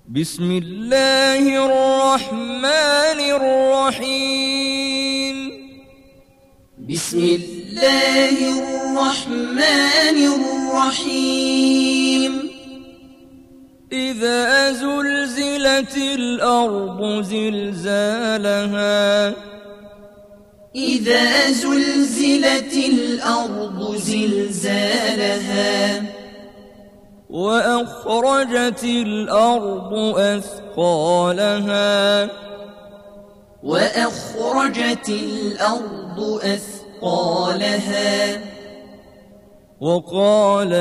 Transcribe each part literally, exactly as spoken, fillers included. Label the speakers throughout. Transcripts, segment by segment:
Speaker 1: بسم الله الرحمن الرحيم
Speaker 2: بسم الله الرحمن الرحيم
Speaker 1: إذا زلزلت الأرض زلزالها
Speaker 2: إذا زلزلت الأرض زلزالها
Speaker 1: وأخرجت الأرض أثقالها
Speaker 2: وأخرجت الأرض أثقالها
Speaker 1: وقال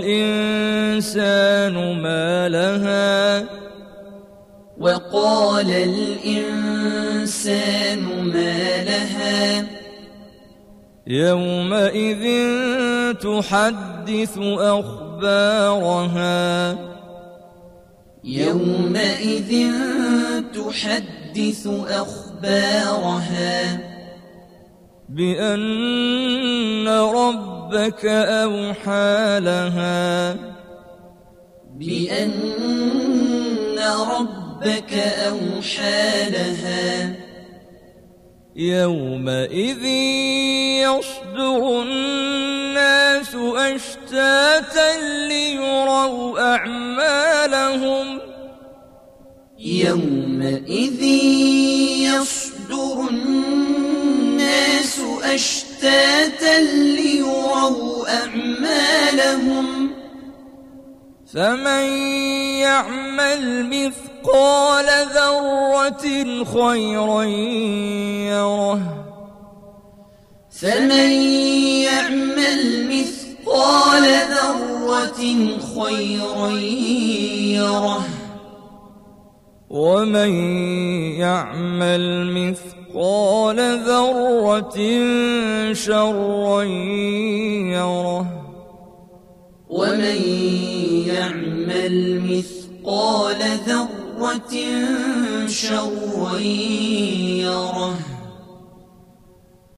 Speaker 1: الإنسان ما لها
Speaker 2: وقال الإنسان ما لها
Speaker 1: يومئذ تحدث أخبارها
Speaker 2: يومئذ تحدث أخبارها
Speaker 1: بأن ربك أوحى لها
Speaker 2: بأن ربك أوحى لها
Speaker 1: يومئذ يصدر الناس أشتاتا ليروا أعمالهم
Speaker 2: يومئذ يصدر الناس أشتاتا ليروا أعمالهم
Speaker 1: فمن يعمل مثقال ذرة خيرا يره
Speaker 2: فمن يعمل مثقال ذرة خيرا يره
Speaker 1: ومن يعمل مثقال ذرة شرا يره
Speaker 2: ومن يعمل مثقال ذرة شرا يره